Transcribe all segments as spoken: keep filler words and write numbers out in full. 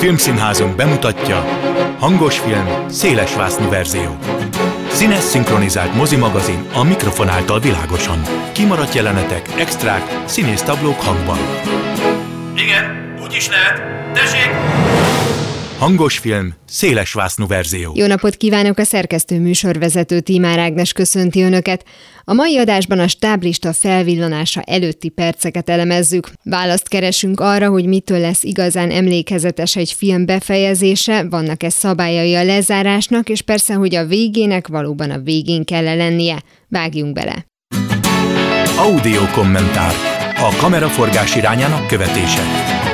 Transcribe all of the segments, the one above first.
Filmszínházunk bemutatja hangos film, szélesvásznú verzió. Színes szinkronizált mozimagazin a mikrofon által világosan. Kimaradt jelenetek, extrák, színésztablók hangban. Igen, úgy is lehet. Tessék! Hangos film, szélesvásznú verzió. Jó napot kívánok, a szerkesztő műsorvezető Tímár Ágnes köszönti Önöket. A mai adásban a stáblista felvillanása előtti perceket elemezzük. Választ keresünk arra, hogy mitől lesz igazán emlékezetes egy film befejezése, vannak-e szabályai a lezárásnak, és persze, hogy a végének valóban a végén kell lennie. Vágjunk bele. Audio kommentár. A kameraforgás irányának követése.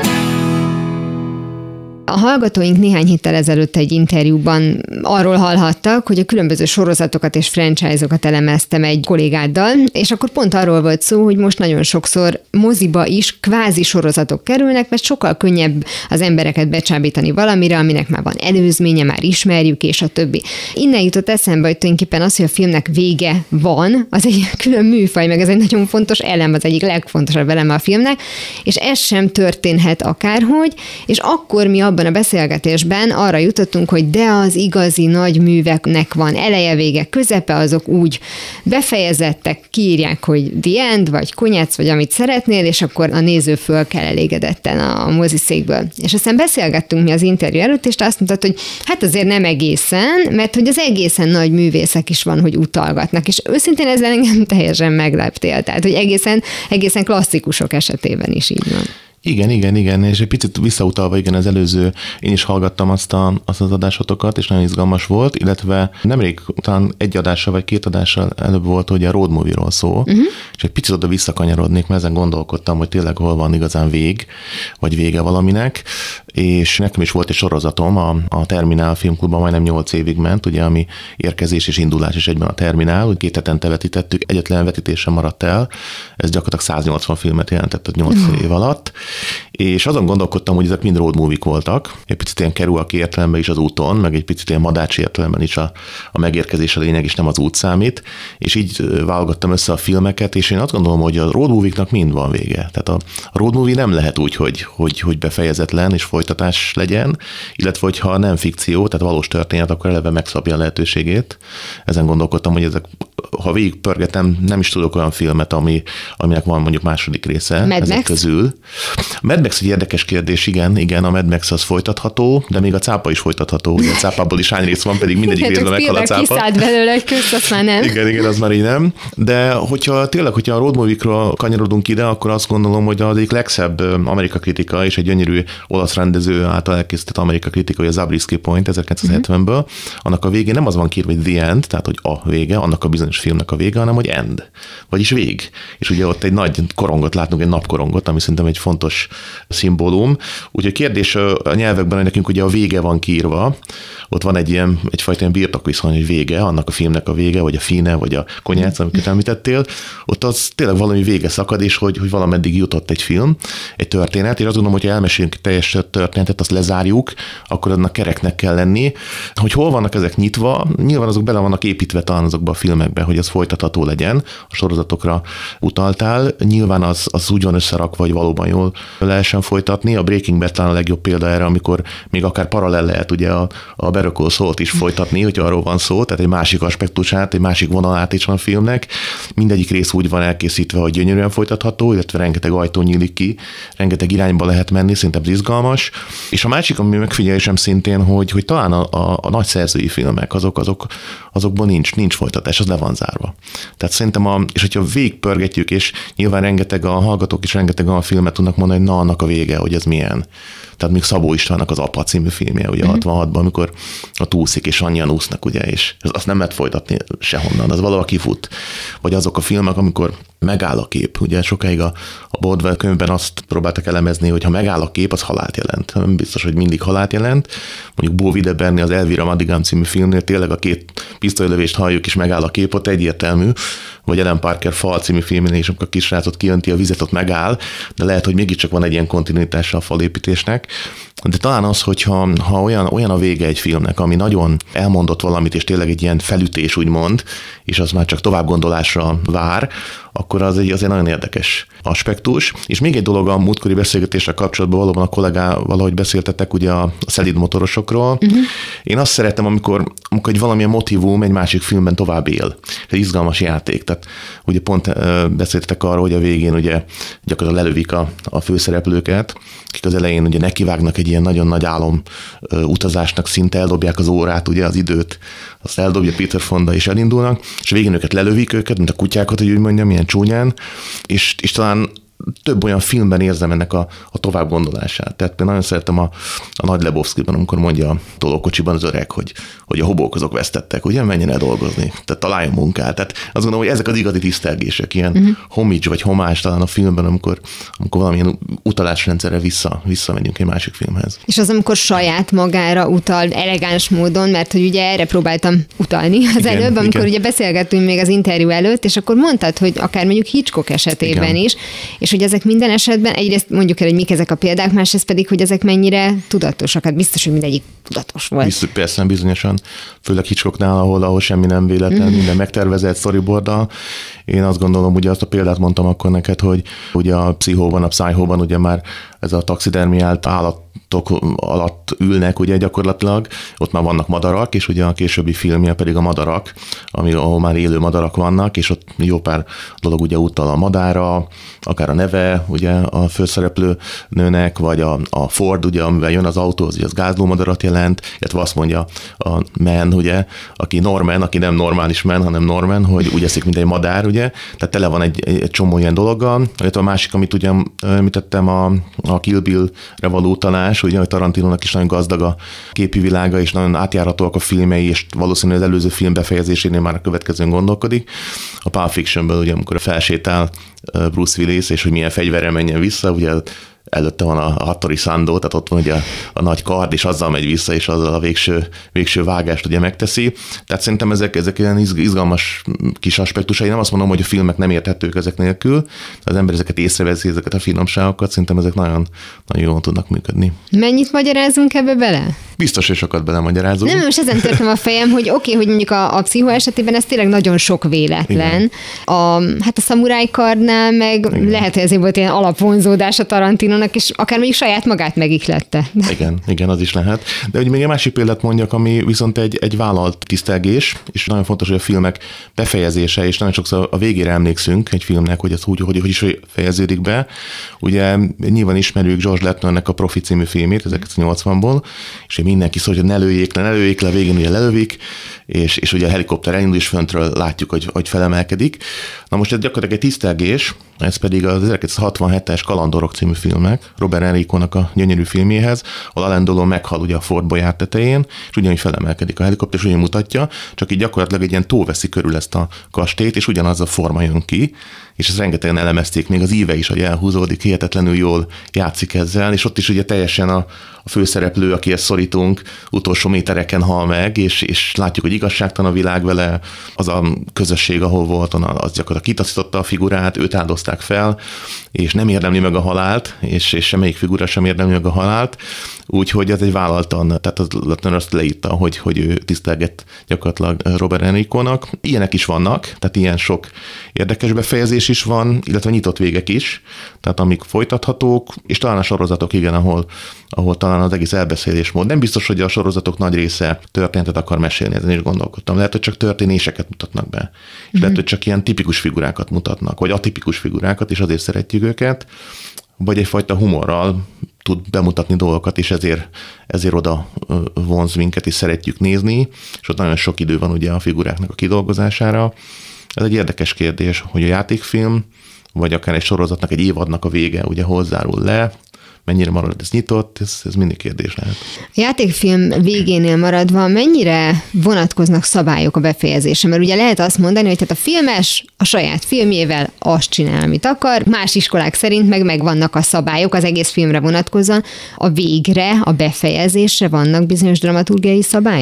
A hallgatóink néhány héttel ezelőtt egy interjúban arról hallhattak, hogy a különböző sorozatokat és franchise-okat elemeztem egy kollégáddal, és akkor pont arról volt szó, hogy most nagyon sokszor moziba is kvázi sorozatok kerülnek, mert sokkal könnyebb az embereket becsábítani valamire, aminek már van előzménye, már ismerjük, és a többi. Innen jutott eszembe, hogy tulajdonképpen az, hogy a filmnek vége van, az egy külön műfaj, meg ez egy nagyon fontos elem, az egyik legfontosabb eleme a filmnek, és ez sem történhet akárhogy, és akkor mi abban a beszélgetésben arra jutottunk, hogy de az igazi nagy műveknek van eleje, vége, közepe, azok úgy befejezettek, kiírják, hogy the end, vagy konyec, vagy amit szeretnél, és akkor a néző föl kell elégedetten a moziszékből. És aztán beszélgettünk mi az interjú előtt, és azt mondtad, hogy hát azért nem egészen, mert hogy az egészen nagy művészek is van, hogy utalgatnak, és őszintén ezzel engem teljesen megleptél, tehát hogy egészen, egészen klasszikusok esetében is így van. Igen, igen, igen, és egy picit visszautalva, igen, az előző, én is hallgattam azt, a, azt az adásotokat, és nagyon izgalmas volt, illetve nemrég talán egy adással vagy két adással előbb volt, hogy a road movie-ról szó, uh-huh. és egy picit oda visszakanyarodnék, mert ezen gondolkodtam, hogy tényleg hol van igazán vég, vagy vége valaminek, és nekem is volt egy sorozatom, a, a Terminál Filmklubban majdnem nyolc évig ment, ugye, ami érkezés és indulás is egyben a Terminál, hogy két hetente vetítettük, egyetlen vetítés sem maradt el, ez gyakorlatilag száznyolcvan filmet jelentett nyolc uh-huh. év alatt, és azon gondolkodtam, hogy ezek mind road movie-k voltak, egy picit ilyen Kerouac értelemben is az úton, meg egy picit ilyen Madácsi értelemben is a, a megérkezés a lényeg, és nem az út számít, és így válogattam össze a filmeket, és én azt gondolom, hogy a road movie-knak mind van vége. Tehát a, a road movie nem lehet úgy, hogy, hogy, hogy befejezetlen és folytatás legyen, illetve hogyha nem fikció, tehát valós történet, akkor eleve megszabja a lehetőségét. Ezen gondolkodtam, hogy ezek, ha végigpörgetem, nem is tudok olyan filmet, ami, aminek van mondjuk második része Mad ezek Max? közül. A Mad Max egy érdekes kérdés, igen, igen, a Mad Max az folytatható, de még a cápa is folytatható, ugye a cápából is hány rész van, pedig mindegyik részben meghal a cápa. Kiszállt belőle, hogy közt, azt már nem. Igen, igen, az már így nem. De hogyha tényleg, hogyha a road movie-król kanyarodunk ide, akkor azt gondolom, hogy az egyik legszebb Amerika kritika, és egy gyönyörű olasz rendező által elkészített Amerika kritika, hogy a Zabriskie Point ezerkilencszázhetvenből, uh-huh. annak a végén nem az van kiírva, hogy the end, tehát hogy a vége, annak a bizonyos filmnek a vége, hanem hogy end, vagyis vég. És ugye ott egy nagy korongot látunk, egy napkorongot, ami szerintem egy fontos szimbólum. Úgyhogy kérdés a nyelvekben, hogy nekünk ugye a vége van kiírva, ott van egy ilyen, egyfajta ilyen birtokviszony, hogy vége, annak a filmnek a vége, vagy a fine, vagy a konyác, amiket említettél, ott az tényleg valami vége szakad, és hogy, hogy valameddig jutott egy film, egy történet, és azt gondolom, hogy elmesélünk teljes történetet, azt lezárjuk, akkor annak kereknek kell lenni. Hogy hol vannak ezek nyitva, nyilván azok bele vannak építve talán azokba a filmekbe, hogy az folytatható legyen, a sorozatokra utaltál, nyilván az, az úgy van összerakva, hogy valóban jól lehessen folytatni. A Breaking Bad talán a legjobb példa erre, amikor még akár paralel lehet ugye a, a Better Call Saul-t is folytatni, hogy arról van szó, tehát egy másik aspektusát, egy másik vonalát is van a filmnek. Mindegyik rész úgy van elkészítve, hogy gyönyörűen folytatható, illetve rengeteg ajtó nyílik ki, rengeteg irányba lehet menni, szerintem izgalmas. És a másik, ami megfigyelésem szintén, hogy, hogy talán a, a, a nagy szerzői filmek, azok, azok, azokban nincs, nincs folytatás, az le van zárva. Tehát szerintem, a, és hogyha végigpörgetjük, és nyilván rengeteg a hallgatók is rengeteg a filmet tudnak mondani, hogy na, annak a vége, hogy ez milyen. Tehát még Szabó Istvánnak az Apa című filmje, ugye uh-huh. hatvanhatban, amikor a túszik és annyian úsznak, ugye, és azt nem lehet folytatni sehonnan, az valahol kifut. Vagy azok a filmek, amikor megáll a kép, ugye sokáig a, a Baldwin könyvben azt próbáltak elemezni, hogy ha megáll a kép, az halált jelent. Nem biztos, hogy mindig halált jelent. Mondjuk Bo Widerbernél az Elvira Madigan című filmnél tényleg a két pisztolylövést halljuk, és megáll a kép, ott egyértelmű, vagy Ellen Parker Fal című filmnél, és amikor a kisrácot kijönti a vizet, ott megáll, de lehet, hogy mégiscsak van egy ilyen kontinuitása a falépítésnek. De talán az, hogyha ha olyan, olyan a vége egy filmnek, ami nagyon elmondott valamit, és tényleg egy ilyen felütés úgymond, és az már csak tovább gondolásra vár, akkor az egy azért nagyon érdekes aspektus. És még egy dolog a múltkori beszélgetésre kapcsolatban, valóban a kollégával valahogy beszéltetek ugye a szelíd motorosokról. Uh-huh. Én azt szeretem, amikor, amikor egy valamilyen motivum egy másik filmben tovább él. Egy izgalmas játék. Tehát ugye pont beszéltetek arról, hogy a végén ugye gyakorlatilag lelövik a, a főszereplőket, akik az elején ugye nekivágnak egy ilyen nagyon nagy álom utazásnak, szinte eldobják az órát, ugye az időt, azt eldobja Peter Fonda, és elindulnak, és végén őket lelövik őket, mint a kutyákat, hogy úgy mondjam, ilyen csúnyán, és, és talán több olyan filmben érzem ennek a, a tovább gondolását. Tehát például nagyon szeretem a, a Nagy Lebowskiban, amikor mondja a tolókocsiban az öreg, hogy, hogy a hobók azok vesztettek, ugye menjen el dolgozni, tehát találjon munkát. Tehát azt gondolom, hogy ezek az igazi tisztelgések, ilyen uh-huh. homage vagy homás talán a filmben, amikor, amikor valamilyen utalásrendszerre vissza, visszamegyünk egy másik filmhez. És az, amikor saját magára utal elegáns módon, mert hogy ugye erre próbáltam utalni az igen, előbb, amikor igen. ugye beszélgettünk még az interjú előtt, és akkor mondtad, hogy akár mondjuk Hitchcock esetében igen. is, és hogy ezek minden esetben, egyrészt mondjuk el, hogy mik ezek a példák, másrészt pedig, hogy ezek mennyire tudatosak. Hát biztos, hogy mindegyik tudatos volt. Biztos, persze, bizonyosan, főleg Hitchcocknál, ahol, ahol semmi nem véletlen, mm. minden megtervezett storyboarddal. Én azt gondolom, ugye azt a példát mondtam akkor neked, hogy ugye a Pszichóban, a Psychóban ugye már ez a taxidermiált állatok alatt ülnek ugye gyakorlatilag, ott már vannak madarak, és ugye a későbbi filmje pedig a madarak, ami, ahol már élő madarak vannak, és ott jó pár dolog ugye utal a madára, akár a neve ugye a főszereplő nőnek, vagy a, a Ford, ugye, amivel jön az autó, az, az gázlómadarat jelent, illetve azt mondja a Man, ugye, aki Norman, aki nem normális man, hanem Norman, hogy úgy eszik, mint egy madár, ugye, tehát tele van egy, egy csomó ilyen dologgal, illetve a másik, amit ugye említettem, a, a Kill Bill-re való utalás, ugye, hogy Tarantinónak is nagyon gazdag a képi világa, és nagyon átjárhatóak a filmei, és valószínűleg az előző film befejezésénél már a következőn gondolkodik. A Pulp Fictionből, ugye, amikor felsétál Bruce Willis, és hogy milyen fegyverrel menjen vissza, ugye előtte van a Hattori Szandó, tehát ott van ugye a, a nagy kard, és azzal megy vissza, és azzal a végső, végső vágást ugye megteszi. Tehát szerintem ezek, ezek ilyen izgalmas kis aspektusai. Nem azt mondom, hogy a filmek nem érthetők ezek nélkül, az ember ezeket észreveszi, ezeket a finomságokat, szerintem ezek nagyon, nagyon jól tudnak működni. Mennyit magyarázunk ebbe bele? Biztos, hogy sokat belemagyarázunk. Nem, most ezen törtem a fejem, hogy oké, okay, hogy mondjuk a, a Pszichó esetében ez tényleg nagyon sok véletlen. A, hát a Szamuráj kardnál meg igen. lehet, hogy ezért volt ilyen alapvonzódás a Tarantinónak, és akár mondjuk saját magát megihlette. Igen, igen, az is lehet. De ugye még egy másik példát mondjak, ami viszont egy, egy vállalt tisztelgés, és nagyon fontos, hogy a filmek befejezése, és nagyon sokszor a végére emlékszünk egy filmnek, hogy ez úgy, hogy, hogy is fejeződik be. Ugye nyilván ismerjük George Lattnernek a Profi című filmét, ezerkilencszáznyolcvanból, és mindenki szól, hogy ne lőjék le, ne lőjék le, végén ugye lelövik, és, és ugye a helikopter elindul, és föntről látjuk, hogy, hogy felemelkedik. Na most ez gyakorlatilag egy tisztelgés, ez pedig az ezerkilencszázhatvanhetes Kalandorok című filmnek, Robert Enrico-nak a gyönyörű filmjéhez, ahol Alain Delon meghal ugye a Ford Boyard tetején, és ugyanúgy felemelkedik a helikopter, és ugyanúgy mutatja, csak így gyakorlatilag egy ilyen tó veszi körül ezt a kastélyt, és ugyanaz a forma jön ki, és ezt rengetegen elemezték, még az íve is, hogy elhúzódik, hihetetlenül jól játszik ezzel, és ott is ugye teljesen a, a főszereplő, akihez szorítunk, utolsó métereken hal meg, és, és látjuk, hogy igazságtalan a világ vele, az a közösség, ahol volt, az gyakorlatilag kitaszította a figurát, őt áldozták fel, és nem érdemli meg a halált, és, és semmelyik figura sem érdemli meg a halált, úgyhogy ez egy vállaltan, tehát az Lattner azt leírta, hogy, hogy ő tisztelget gyakorlatilag Robert Enrico-nak. Ilyenek is vannak, tehát ilyen sok érdekes befejezés is van, illetve nyitott végek is, tehát amik folytathatók, és talán a sorozatok, igen, ahol, ahol talán az egész elbeszélésmód. Nem biztos, hogy a sorozatok nagy része történetet akar mesélni, ezen is gondolkodtam. Lehet, hogy csak történéseket mutatnak be. És mm-hmm. lehet, hogy csak ilyen tipikus figurákat mutatnak, vagy atipikus figurákat, és azért szeretjük őket, vagy egyfajta humorral tud bemutatni dolgokat, és ezért, ezért oda vonz minket, és szeretjük nézni, és ott nagyon sok idő van ugye a figuráknak a kidolgozására. Ez egy érdekes kérdés, hogy a játékfilm, vagy akár egy sorozatnak, egy évadnak a vége ugye hozzárul le, mennyire marad ez nyitott, ez, ez mindig kérdés lehet. A játékfilm végénél maradva mennyire vonatkoznak szabályok a befejezésre? Mert ugye lehet azt mondani, hogy tehát a filmes a saját filmjével azt csinál, amit akar, más iskolák szerint meg megvannak a szabályok az egész filmre vonatkozóan. A végre, a befejezésre vannak bizonyos dramaturgiai szabályok?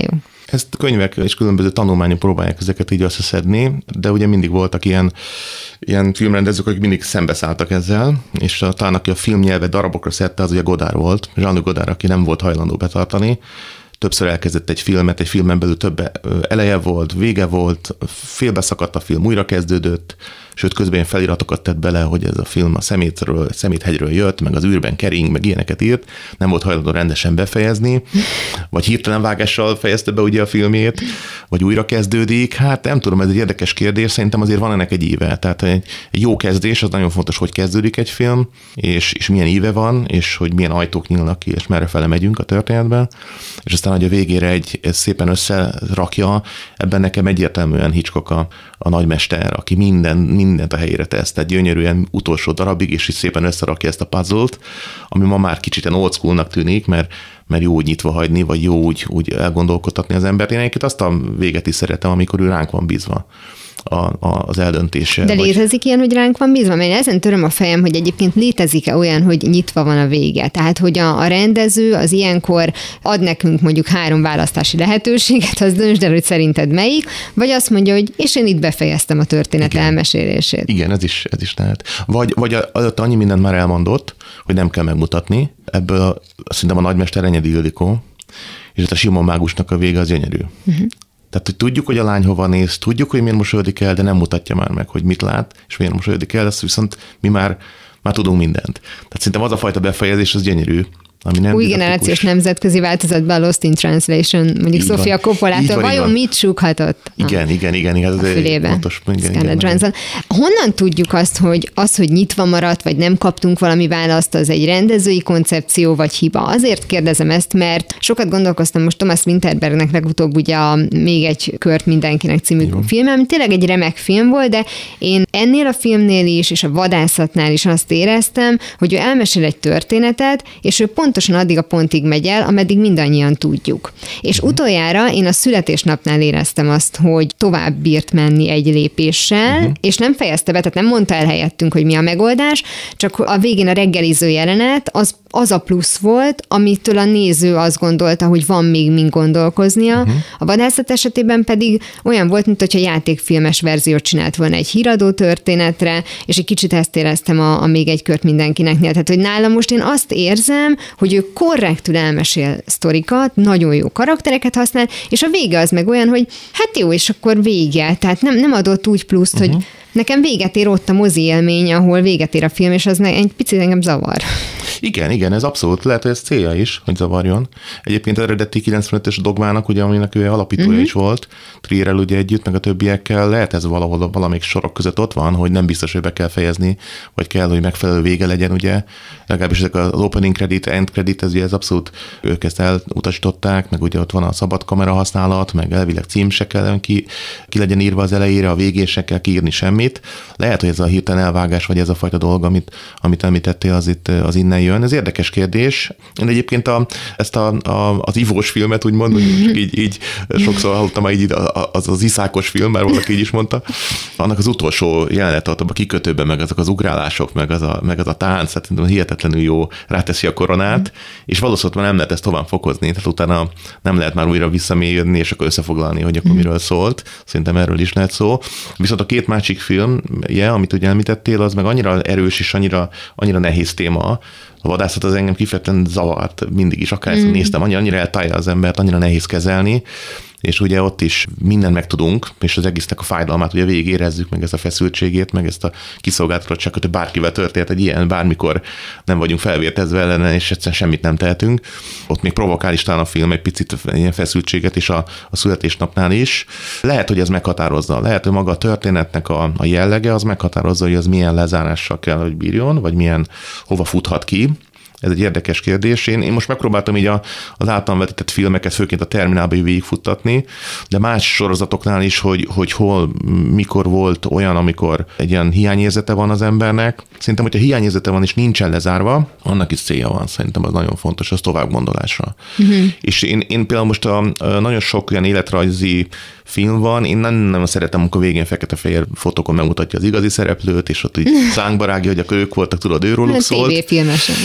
Ezt könyvek és különböző tanulmányok próbálják ezeket így összeszedni, de ugye mindig voltak ilyen, ilyen filmrendezők, akik mindig szembeszálltak ezzel, és a, talán aki a filmnyelvet darabokra szedte, az ugye Godard volt, Jean-Luc Godard, aki nem volt hajlandó betartani. Többször elkezdett egy filmet, egy filmen belül több eleje volt, vége volt, félbeszakadt a film, újra kezdődött, sőt közben ilyen feliratokat tett bele, hogy ez a film a szemétről, szeméthegyről jött, meg az űrben kering, meg ilyeneket írt, nem volt hajlandó rendesen befejezni, vagy hirtelen vágással fejezte be ugye a filmét, vagy újra kezdődik. Hát nem tudom, ez egy érdekes kérdés, szerintem azért van ennek egy íve. Tehát egy, egy jó kezdés, az nagyon fontos, hogy kezdődik egy film, és, és milyen íve van, és hogy milyen ajtók nyílnak ki, és merre fele megyünk a történetben, és aztán, hogy a végére egy szépen összerakja, ebben nekem egyértelműen Hitchcock a, a nagymester, aki minden, mindent a helyére tesz, tehát gyönyörűen utolsó darabig, és is szépen összerakja ezt a puzzle-t, ami ma már kicsit old schoolnak tűnik, mert, mert jó úgy nyitva hagyni, vagy jó úgy, úgy elgondolkodtatni az embert. Én egyébként azt a véget is szeretem, amikor ő ránk van bízva a, a, az eldöntése. De vagy... létezik ilyen, hogy ránk van bízva? Mert ezen töröm a fejem, hogy egyébként létezik-e olyan, hogy nyitva van a vége. Tehát, hogy a, a rendező az ilyenkor ad nekünk mondjuk három választási lehetőséget, az döntsd el, hogy szerinted melyik, vagy azt mondja, hogy és én itt befejeztem a történet Igen. elmesélését. Igen, ez is, ez is lehet. Vagy, vagy előtt annyi mindent már elmondott, hogy nem kell megmutatni. Ebből szerintem a nagymester Enyedi Ildikó, és a Simon Mágusnak a vége az gyönyörű. Uh-huh. Tehát, hogy tudjuk, hogy a lány hova néz, tudjuk, hogy miért mosolyodik el, de nem mutatja már meg, hogy mit lát, és miért mosolyodik el, ezt viszont mi már, már tudunk mindent. Tehát szerintem az a fajta befejezés, az gyönyörű. Ami nem új generációs nemzetközi változatban Lost in Translation, mondjuk Sofia Coppolától, vajon van. Mit súghatott? Igen, igen, igen, igen. A fülébe. Pontos, igen, Scarlett Johansson. Honnan tudjuk azt, hogy az, hogy nyitva maradt, vagy nem kaptunk valami választ, az egy rendezői koncepció, vagy hiba? Azért kérdezem ezt, mert sokat gondolkoztam most Thomas Winterbergnek legutóbb ugye a Még egy kört mindenkinek című Jó. film, ami tényleg egy remek film volt, de én ennél a filmnél is, és a Vadászatnál is azt éreztem, hogy ő elmesél egy történetet, és ő pont pontosan addig a pontig megy el, ameddig mindannyian tudjuk. És uh-huh. utoljára én a születésnapnál éreztem azt, hogy tovább bírt menni egy lépéssel, uh-huh. és nem fejezte be, tehát nem mondta el helyettünk, hogy mi a megoldás, csak a végén a reggeliző jelenet, az, az a plusz volt, amitől a néző azt gondolta, hogy van még min gondolkoznia. Uh-huh. A Vadászat esetében pedig olyan volt, mint hogyha játékfilmes verziót csinált volna egy híradó történetre, és egy kicsit ezt éreztem a, a Még egy kört mindenkineknél. Tehát, hogy nálam most én azt érzem, hogy ő korrektül elmesél sztorikat, nagyon jó karaktereket használ, és a vége az meg olyan, hogy hát jó, és akkor vége. Tehát nem, nem adott úgy pluszt, uh-huh. hogy nekem véget ér ott a mozi élmény, ahol véget ér a film, és az egy picit engem zavar. Igen, igen, ez abszolút lehet, hogy ez célja is, hogy zavarjon. Egyébként eredeti kilencvenötös Dogmának, ugye, aminek ő alapítója uh-huh. is volt, Trierrel ugye együtt, meg a többiekkel, lehet ez valahol valamelyik sorok között ott van, hogy nem biztos, hogy be kell fejezni, vagy kell, hogy megfelelő vége legyen, ugye. Legalábbis ezek az opening credit, end credit, ez ugye ez abszolút ők ezt elutasították, meg ugye ott van a szabad kamera használat, meg elvileg cím se kell ki, ki legyen írva az elejére, a végén se kell kiírni semmit. Lehet, hogy ez a hirtelen elvágás, vagy ez a fajta dolog, amit, amit említettél, az itt az innen jön. Ez érdekes kérdés. Én egyébként a, ezt a, a, az ivós filmet úgy mondom, hogy így, így sokszor hallottam már így az, az iszákos film, mert valaki így is mondta. Annak az utolsó jelenet ott a kikötőben, meg azok az ugrálások, meg az a, meg az a tánc, tehát hihetetlenül jó, ráteszi a koronát, és valószínűleg nem lehet ezt tovább fokozni, tehát utána nem lehet már újra visszamélyedni, és akkor összefoglalni, hogy akkor miről szólt. Szerintem erről is lehet szó. Viszont a két másik film, ja, amit ugye említettél, az meg annyira erős és annyira, annyira nehéz téma. A Vadászat az engem kifejezetten zavart mindig is, akár ezt mm. néztem, annyira, annyira eltálja az embert, annyira nehéz kezelni, és ugye ott is mindent megtudunk, és az egésznek a fájdalmát ugye végig érezzük, meg ezt a feszültségét, meg ezt a kiszolgáltatottságot, hogy bárkivel történt egy ilyen, bármikor nem vagyunk felvértezve ellene, és egyszerűen semmit nem tehetünk. Ott még provokál is talán a film egy picit ilyen feszültséget is a, a születésnapnál is. Lehet, hogy ez meghatározza. Lehet, hogy maga a történetnek a, a jellege az meghatározza, hogy az milyen lezárással kell, hogy bírjon, vagy milyen, hova futhat ki. Ez egy érdekes kérdés. Én, én most megpróbáltam így a, az általam vetített filmeket, főként a Terminálba végigfuttatni, de más sorozatoknál is, hogy, hogy hol, mikor volt olyan, amikor egy ilyen hiányérzete van az embernek. Szerintem, hogyha hiányérzete van és nincsen lezárva, annak is célja van. Szerintem az nagyon fontos, az tovább gondolásra. Uh-huh. És én, én például most a, a nagyon sok olyan életrajzi film van, én nem, nem szeretem, amikor végén fekete-fehér fotókon megmutatja az igazi szereplőt, és ott így szánkba rágja, hogy akkor ők voltak, tudod, őróluk szólt. tévéfilmesen. Igen,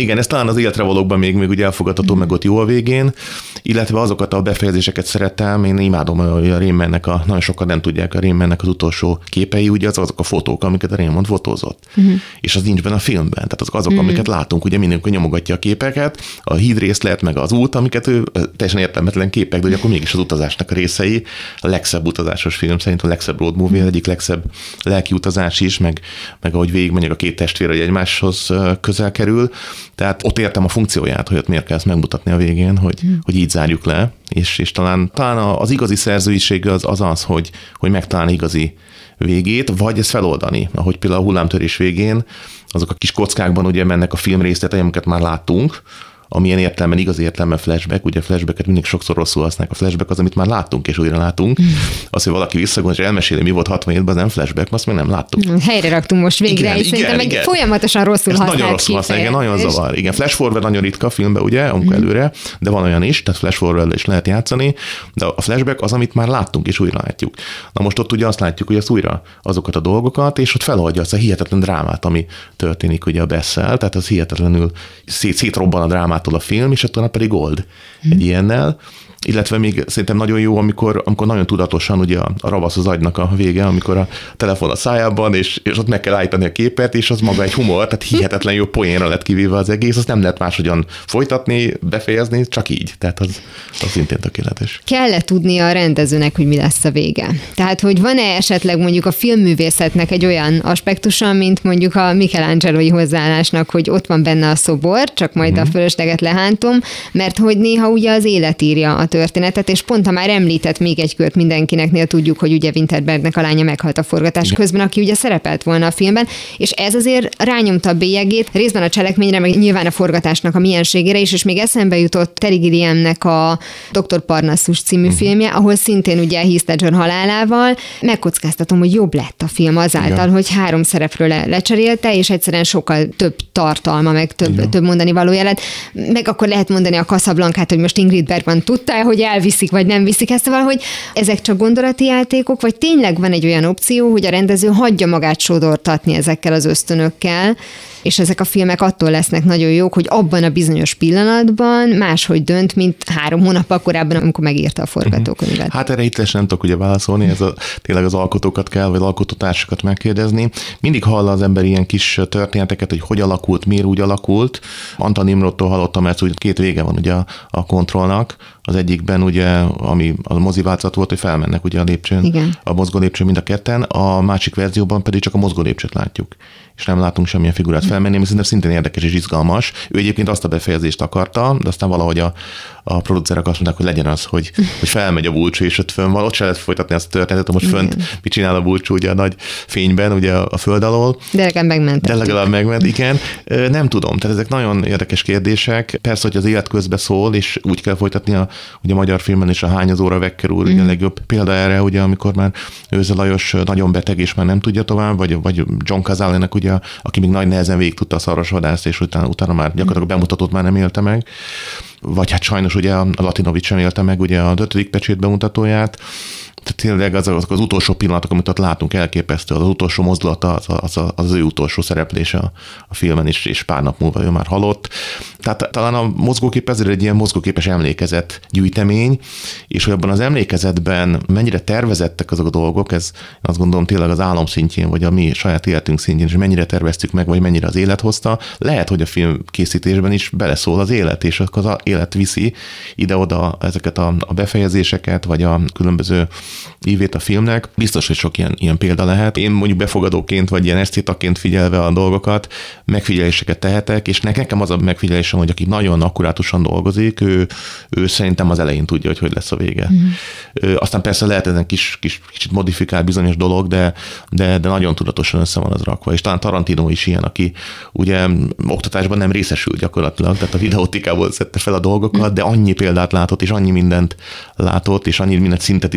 igen, ez talán az életre valókban még, még ugye elfogadható, mm. meg ott jó a végén, illetve azokat a befejezéseket szeretem, én imádom, hogy a Rainmannek, a, nagyon sokan nem tudják, a Rainmannek az utolsó képei, ugye az, azok a fotók, amiket a Raymond fotózott. Mm. És az nincs benne a filmben, tehát azok, azok mm. amiket látunk, ugye mindenki nyomogatja a képeket, a hídrészlet, meg az út, amiket ő teljesen értelmetlen képek, de ugye akkor mégis az utazásnak a részei, a legszebb utazásos film, szerintem a legszebb road movie, egyik legszebb lelki utazás is, meg, meg ahogy végigmenjek a két testvér, hogy egymáshoz közel kerül. Tehát ott értem a funkcióját, hogy ott miért kell ezt megmutatni a végén, hogy, hmm. hogy így zárjuk le, és, és talán, talán az igazi szerzőiség az az, az hogy, hogy megtalálni igazi végét, vagy ezt feloldani, ahogy például a hullámtörés végén, azok a kis kockákban ugye mennek a film részletei, amiket már láttunk, amilyen értelemben, igazi értelemben flashback, ugye a flashbacket mindig sokszor rosszul használják. A flashback az, amit már láttunk és újra látunk. Mm. Az, hogy valaki visszagondol és elmeséli, mi volt hatvanhétben, az nem flashback, azt még nem láttuk. Helyre raktunk most végre, igen, és igen, szerintem igen. folyamatosan rosszul használják. Nagyon rosszul használják, igen, nagyon zavar. Igen, flash forward nagyon ritka a filmben, ugye, amikor mm. előre, de van olyan is, tehát flash forward is lehet játszani, de a flashback az, amit már láttunk és újra látjuk. Na most ott ugye azt látjuk, hogy az újra azokat a dolgokat, és ott feloldja azt a hihetetlen drámát, ami történik ugye a Bessel, tehát az hihetetlenül szét, szétrobban a drámától a film, és attól pedig gold hmm. egy ilyennel. Illetve még szerintem nagyon jó, amikor, amikor nagyon tudatosan ugye a, a ravasz az agynak a vége, amikor a telefon a szájában, és, és ott meg kell állítani a képet, és az maga egy humor, tehát hihetetlen jó poénra lett kivéve az egész, azt nem lehet máshogyan folytatni, befejezni, csak így. Tehát az, az szintén tökéletes. Kell-e tudnia a rendezőnek, hogy mi lesz a vége? Tehát, hogy van-e esetleg mondjuk a filmművészetnek egy olyan aspektusa, mint mondjuk a Michelangelo-i hozzáállásnak, hogy ott van benne a szobor, csak majd hmm. a fölösleget lehántom, mert hogy néha ugye az élet írja a történetet, és pont ha már említett még egy kört mindenkineknél, tudjuk, hogy ugye Winterbergnek a lánya meghalt a forgatás igen. közben, aki ugye szerepelt volna a filmben, és ez azért rányomta a bélyegét, részben a cselekményre, meg nyilván a forgatásnak a mienségére is, és még eszembe jutott Terry Gilliamnek a doktor Parnassus című uh-huh. filmje, ahol szintén ugye Heath Ledger halálával megkockáztatom, hogy jobb lett a film azáltal, igen. hogy három szereplő le- lecserélte, és egyszerűen sokkal több tartalma, meg több, több mondani valója lett. Meg akkor lehet mondani a Casablancát, hogy most Ingrid Bergman tudta, hogy elviszik, vagy nem viszik ezt, szóval, hogy ezek csak gondolati játékok, vagy tényleg van egy olyan opció, hogy a rendező hagyja magát sodortatni ezekkel az ösztönökkel, és ezek a filmek attól lesznek nagyon jók, hogy abban a bizonyos pillanatban máshogy dönt, mint három hónappal korábban, amikor megírta a forgatókönyvet. Hát erre itt nem tudok ugye válaszolni, ez a, tényleg az alkotókat kell, vagy alkotótársakat megkérdezni. Mindig hall az ember ilyen kis történeteket, hogy hogy alakult, miért úgy alakult. Antal Nimrodtól hallottam, mert úgy két vége van ugye a, a kontrollnak. Az egyikben ugye, ami a mozi változat volt, hogy felmennek ugye a lépcsőn, igen. a mozgó lépcsőn mind a ketten, a másik verzióban pedig csak a mozgó lépcsőt látjuk, és nem látunk semmilyen figurát felmenni, ami szerintem szintén érdekes és izgalmas. Ő egyébként azt a befejezést akarta, de aztán valahogy a, a producerek azt mondták, hogy legyen az, hogy, hogy felmegy a Bulcsú, és ott fönn van, ott se lehet folytatni azt a történetet, most fönt igen. mit csinál a Bulcsú ugye a nagy fényben, ugye a föld alól. De legalább megment. De legalább megment, igen. Nem tudom, tehát ezek nagyon érdekes kérdések. Persze, hogy az élet közbe szól, és úgy kell folytatni a, ugye a magyar filmben is a Hányazóra Wecker úr, mm. ugye a legjobb példa erre, ugye amikor már Őze Lajos nagyon beteg, és már nem tudja tovább, vagy, vagy John Cazale-nek ugye, aki még nagy nehezen végig tudta a Szarvasvadászt, és utána, utána már gyakorlatilag bemutatót már nem élte meg. Vagy hát sajnos ugye a Latinovics sem élte meg ugye a ötödik pecsét bemutatóját. Tehát tényleg az, az, az utolsó pillanatok, amit ott látunk, elképesztő, az utolsó mozdulata, az az, az, az ő utolsó szereplése a, a filmen is, és pár nap múlva ő már halott. Tehát talán a mozgókép ezért egy ilyen mozgóképes emlékezet gyűjtemény, és hogy abban az emlékezetben mennyire tervezettek azok a dolgok, ez azt gondolom tényleg az álom szintjén, vagy a mi saját életünk szintjén, és mennyire terveztük meg, vagy mennyire az élet hozta. Lehet, hogy a film készítésben is beleszól az élet, és az élet viszi ide-oda ezeket a, a befejezéseket, vagy a különböző ívét a filmnek. Biztos, hogy sok ilyen, ilyen példa lehet. Én mondjuk befogadóként, vagy ilyen esztétaként figyelve a dolgokat, megfigyeléseket tehetek, és nekem az a megfigyelésem, hogy aki nagyon akkurátusan dolgozik, ő, ő szerintem az elején tudja, hogy hogy lesz a vége. Mm. Aztán persze lehet ezen kis, kis, kicsit modifikál bizonyos dolog, de, de, de nagyon tudatosan össze van az rakva. És talán Tarantino is ilyen, aki ugye oktatásban nem részesült gyakorlatilag, tehát a videótikából szedte fel a dolgokat, mm. de annyi példát látott, és annyi mindent látott, és annyi mindent szintetizál ugye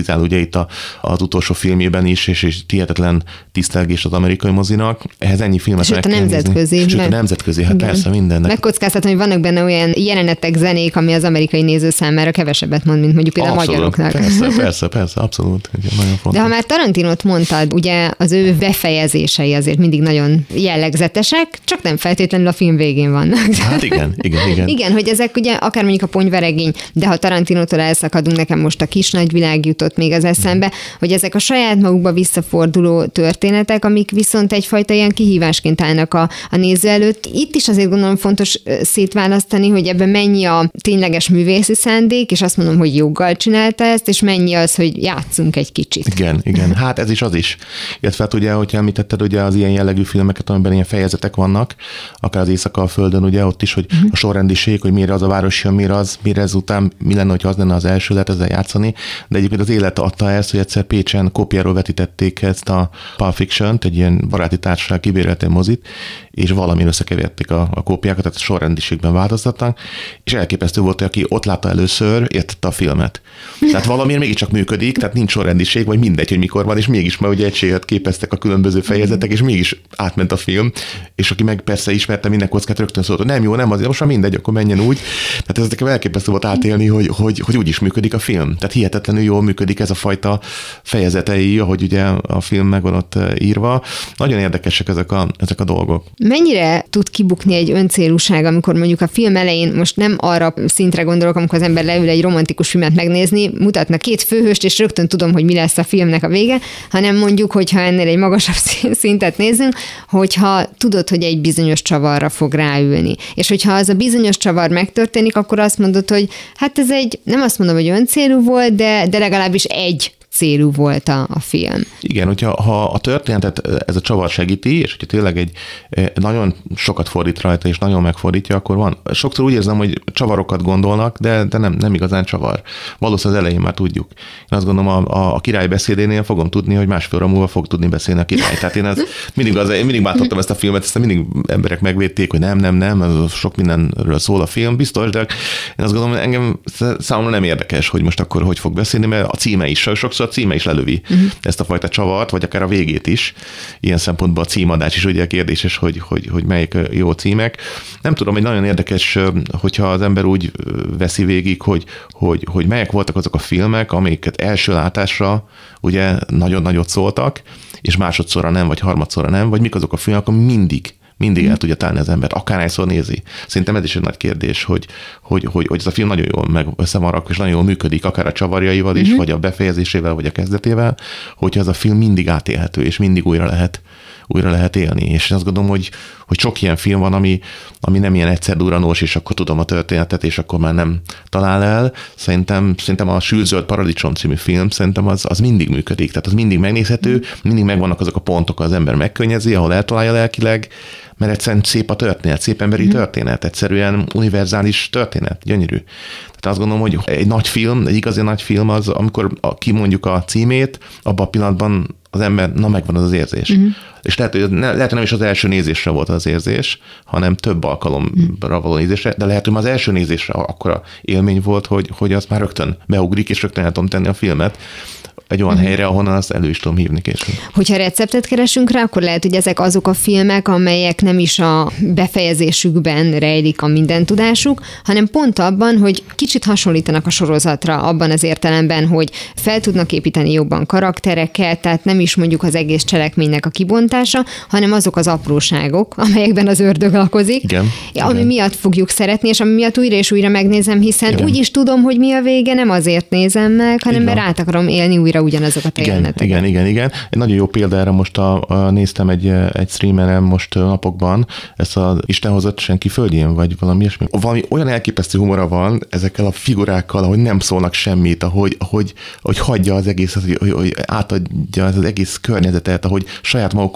itt a, az utolsó filmjében is, és, és hihetetlen tisztelgés az amerikai mozinak. Ehhez ennyi filmet meg kell nézni. Sőt, a nemzetközi. Sőt, a nemzetközi, hát igen. Persze mindennek. Megkockáztatom, hogy vannak benne olyan jelenetek, zenék, ami az amerikai néző számára kevesebbet mond, mint mondjuk például a magyaroknak. Persze, persze, persze, abszolút. Nagyon fontos. De ha már Tarantinót mondtad, ugye az ő befejezései azért mindig nagyon jellegzetesek, csak nem feltétlenül a film végén vannak. Hát igen, igen, igen. Igen, hogy ezek ugye akár mondjuk a Ponyveregény, de ha Tarantinótól elszakadunk, nekem most a Kis nagyvilág jutott még az eszembe, hogy ezek a saját magukba visszaforduló történetek, amik viszont egyfajta ilyen kihívásként állnak a, a néző előtt. Itt is azért gondolom fontos szétválasztani, hogy ebben mennyi a tényleges művészi szándék, és azt mondom, hogy joggal csinálta ezt, és mennyi az, hogy játszunk egy kicsit. Igen, igen. Hát ez is az is. Illetve hát ugye, hogyha említetted ugye az ilyen jellegű filmeket, amiben ilyen fejezetek vannak, akár az Éjszaka a Földön, ugye ott is, hogy uh-huh. a sorrendiség, hogy mire az a város jön, mire az, mire ezután, mi lenne, hogyha az lenne az első, lehet ezzel játszani. De egyébként az élet adta ezt, hogy egyszer Pécsen kópiáról vetítették ezt a Pulp Fiction-t, egy ilyen baráti társaság kibérelt mozit, és valamin összekeverték a, a kópiákat, tehát sorrendiségben változtattak, és elképesztő volt, hogy aki ott látta először, értette a filmet. Tehát valamiért mégiscsak működik, tehát nincs sorrendiség, vagy mindegy, hogy mikor van, és mégis már ugye egységet képeztek a különböző fejezetek, és mégis átment a film, és aki meg persze ismerte minden kockát, rögtön szólt, hogy nem jó, nem azért, most már mindegy, akkor menjen úgy. Tehát ez nekem elképesztő volt átélni, hogy, hogy, hogy úgy is működik a film. Tehát hihetetlenül jól működik ez a fajta fejezetei, ahogy ugye a film meg van ott írva. Nagyon érdekesek ezek a, ezek a dolgok. Mennyire tud kibukni egy öncélúság, amikor mondjuk a film elején, most nem arra szintre gondolok, amikor az ember leül egy romantikus filmet megnézni, mutatnak két főhőst, és rögtön tudom, hogy mi lesz a filmnek a vége, hanem mondjuk, hogyha ennél egy magasabb szintet nézzünk, hogyha tudod, hogy egy bizonyos csavarra fog ráülni. És hogyha az a bizonyos csavar megtörténik, akkor azt mondod, hogy hát ez egy, nem azt mondom, hogy öncélú volt, de, de legalábbis egy célú volt a, a film. Igen, hogyha ha a történetet ez a csavar segíti, és hogyha tényleg egy nagyon sokat fordít rajta, és nagyon megfordítja, akkor van. Sokszor úgy érzem, hogy csavarokat gondolnak, de, de nem, nem igazán csavar. Valószínűleg az elején már tudjuk. Én azt gondolom, a, a, a király beszédénél fogom tudni, hogy másfél óra múlva fog tudni beszélni a király. Tehát én, az, mindig, az, én mindig bántottam ezt a filmet, ezt mindig emberek megvédték, hogy nem, nem, nem, ez sok mindenről szól a film, biztos, de én azt gondolom, hogy engem számomra nem érdekes, hogy most akkor hogy fog beszélni, mert a címe is sokszor a címe is lelövi uh-huh. ezt a fajta csavart, vagy akár a végét is. Ilyen szempontból a címadás is ugye kérdéses, hogy, hogy, hogy melyik jó címek. Nem tudom, hogy nagyon érdekes, hogyha az ember úgy veszi végig, hogy, hogy, hogy melyek voltak azok a filmek, amiket első látásra ugye nagyon nagyot szóltak, és másodszorra nem, vagy harmadszorra nem, vagy mik azok a filmek, amik mindig mindig el tudja találni az embert, akárhányszor nézi. Szerintem ez is egy nagy kérdés, hogy, hogy, hogy, hogy ez a film nagyon jól meg össze van rakva, és nagyon jól működik, akár a csavarjaival is, uh-huh. vagy a befejezésével, vagy a kezdetével, hogyha ez a film mindig átélhető, és mindig újra lehet, újra lehet élni. És azt gondolom, hogy, hogy sok ilyen film van, ami, ami nem ilyen egyszer duranós, és akkor tudom a történetet, és akkor már nem talál el. Szerintem, szerintem a Sülzöld Paradicsom című film, szerintem az, az mindig működik. Tehát az mindig megnézhető, mindig megvannak azok a pontok, az ember megkönnyezi, ahol eltalálja lelkileg, mert egyszerűen szép a történet, szép emberi mm. történet, egyszerűen univerzális történet, gyönyörű. Tehát azt gondolom, hogy egy nagy film, egy igazi nagy film az, amikor kimondjuk a címét, abban a pillanatban az ember, na megvan az az érzés. Mm. És lehet, hogy, ne, lehet, hogy nem is az első nézésre volt az érzés, hanem több alkalomra való nézésre, de lehet, hogy az első nézésre akkora élmény volt, hogy, hogy az már rögtön beugrik, és rögtön el tudom tenni a filmet egy olyan uh-huh. helyre, ahonnan azt elő is tudom hívni később. Hogyha receptet keresünk rá, akkor lehet, hogy ezek azok a filmek, amelyek nem is a befejezésükben rejlik a minden tudásuk, hanem pont abban, hogy kicsit hasonlítanak a sorozatra, abban az értelemben, hogy fel tudnak építeni jobban karaktereket, tehát nem is mondjuk az egész cselekménynek a kibontása, hanem azok az apróságok, amelyekben az ördög lakozik, igen, ami igen. miatt fogjuk szeretni, és ami miatt újra és újra megnézem, hiszen igen. úgy is tudom, hogy mi a vége, nem azért nézem meg, hanem igen. mert át akarom élni újra ugyanazokat a igen, jeleneteket. Igen, igen, igen. Egy nagyon jó példa erre most a, a, néztem egy, egy streameren most napokban, ezt az Isten hozott senki földjén, vagy valami ilyesmi. Valami olyan elképesztő humora van ezekkel a figurákkal, ahogy nem szólnak semmit, ahogy, ahogy, ahogy hagyja az egészet, hogy, hogy átadja az egész környezetet, ahogy saját magukon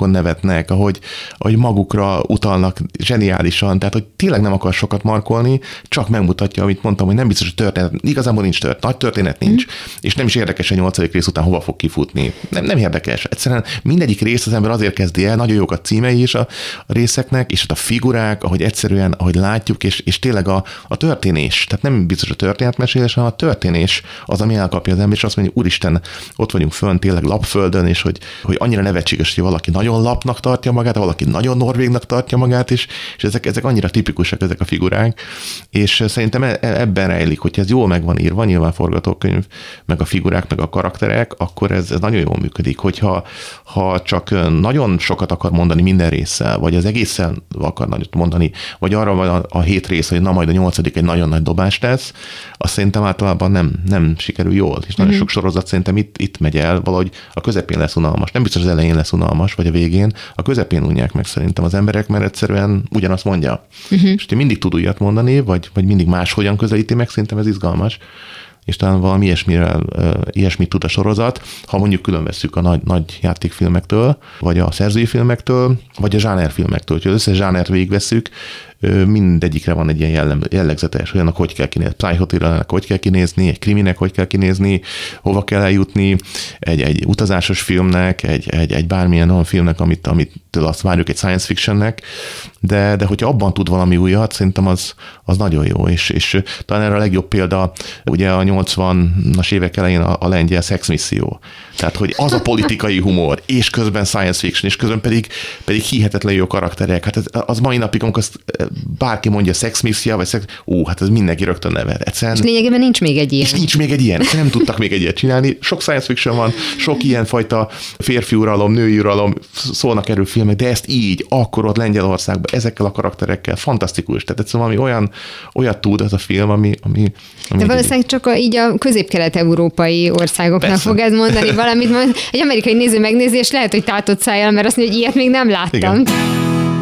hangon nevetnek, ahogy, ahogy magukra utalnak zseniálisan, tehát hogy tényleg nem akar sokat markolni, csak megmutatja, amit mondtam, hogy nem biztos, hogy történet, igazából nincs tört, nagy történet nincs, mm. és nem is érdekes a nyolcadik rész után hova fog kifutni. Nem, nem érdekes. Egyszerűen mindegyik rész az ember azért kezdi el, nagyon jók a címei is a, a részeknek, és a figurák, ahogy egyszerűen, ahogy látjuk, és, és tényleg a, a történés, tehát nem biztos a történetmesélés, hanem a történés az, ami elkapja az ember, és azt mondja, hogy úristen, ott vagyunk fönn, tényleg lapföldön, és hogy, hogy annyira nevetséges, hogy valaki nagyon lapnak tartja magát, valaki nagyon norvégnak tartja magát is, és ezek, ezek annyira tipikusak ezek a figurák, és szerintem ebben rejlik, hogy ez jól meg van írva, nyilván forgatókönyv, meg a figurák, meg a karakterek, akkor ez, ez nagyon jól működik, hogyha ha csak nagyon sokat akar mondani minden résszel, vagy az egészen akar nagyot mondani, vagy arra van a, a hét rész, hogy na majd a nyolcadik egy nagyon nagy dobás lesz, azt szerintem általában nem, nem sikerül jól, és nagyon mm-hmm. sok sorozat szerintem itt, itt megy el, valahogy a közepén lesz unalmas. Nem biztos az elején lesz unalmas, vagy a végén, a közepén unják meg szerintem az emberek, mert egyszerűen ugyanazt mondja. Uh-huh. És hogy mindig tud újat mondani, vagy, vagy mindig máshogyan közelíti meg, szerintem ez izgalmas. És talán valami ilyesmivel, ilyesmit tud a sorozat, ha mondjuk különvesszük a nagy, nagy játékfilmektől, vagy a szerzői filmektől, vagy a zsánerfilmektől. Hogyha az összes zsánert végigvesszük, mindegyikre van egy ilyen jellem, jellegzetes, olyanok, hogy kell kinézni, Psychotillernek hogy kell kinézni, egy kriminek hogy kell kinézni, hova kell eljutni, egy, egy utazásos filmnek, egy, egy, egy bármilyen olyan filmnek, amit, amitől azt várjuk egy science fictionnek, de, de hogyha abban tud valami újat, szerintem az, az nagyon jó, és, és talán erre a legjobb példa, ugye a nyolcvanas évek elején a, a lengyel Sex Misszió. Tehát, hogy az a politikai humor, és közben science fiction, és közben pedig, pedig hihetetlen jó karakterek. Hát ez, az mai napig, amikor azt bárki mondja Sex Misszió, vagy szex, ó, hát ez mindenki rögtön nevet. Egyszerűen, és lényegében nincs még egy ilyen. És nincs még egy ilyen. Nem tudtak még egy ilyet csinálni. Sok science fiction van, sok ilyen fajta férfi uralom, női uralom, szólnak erről filmek, de ezt így, akkor ott Lengyelországban, ezekkel a karakterekkel, fantasztikus. Tehát egyszerűen valami olyan, olyat tud ez a film, ami... ami, ami de valószínűleg csak a, így a közép-kelet-európai országoknak Persze. fog ez mondani valamit. Egy amerikai néző megnézi, és lehet, hogy tátott szájjal, mert azt mondja, hogy ilyet még nem láttam. Igen.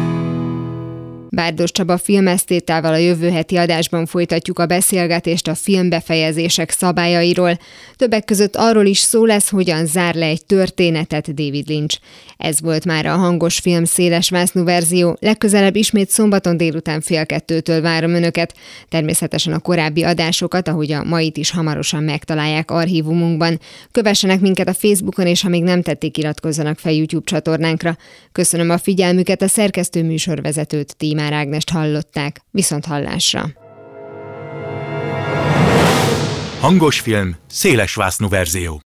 Bárdos Csaba filmesztétával a jövő heti adásban folytatjuk a beszélgetést a filmbefejezések szabályairól. Többek között arról is szó lesz, hogyan zár le egy történetet David Lynch. Ez volt már a Hangos Film szélesvásznú verzió. Legközelebb ismét szombaton délután fél kettőtől várom önöket. Természetesen a korábbi adásokat, ahogy a mait is hamarosan megtalálják archívumunkban. Kövessenek minket a Facebookon, és ha még nem tették, iratkozzanak fel YouTube csatornánkra. Köszönöm a figyelmüket, a szerkesztő műsorvezetőt, Tímár Ágnest hallották. Viszont hallásra! Hangos Film szélesvásznú verzió.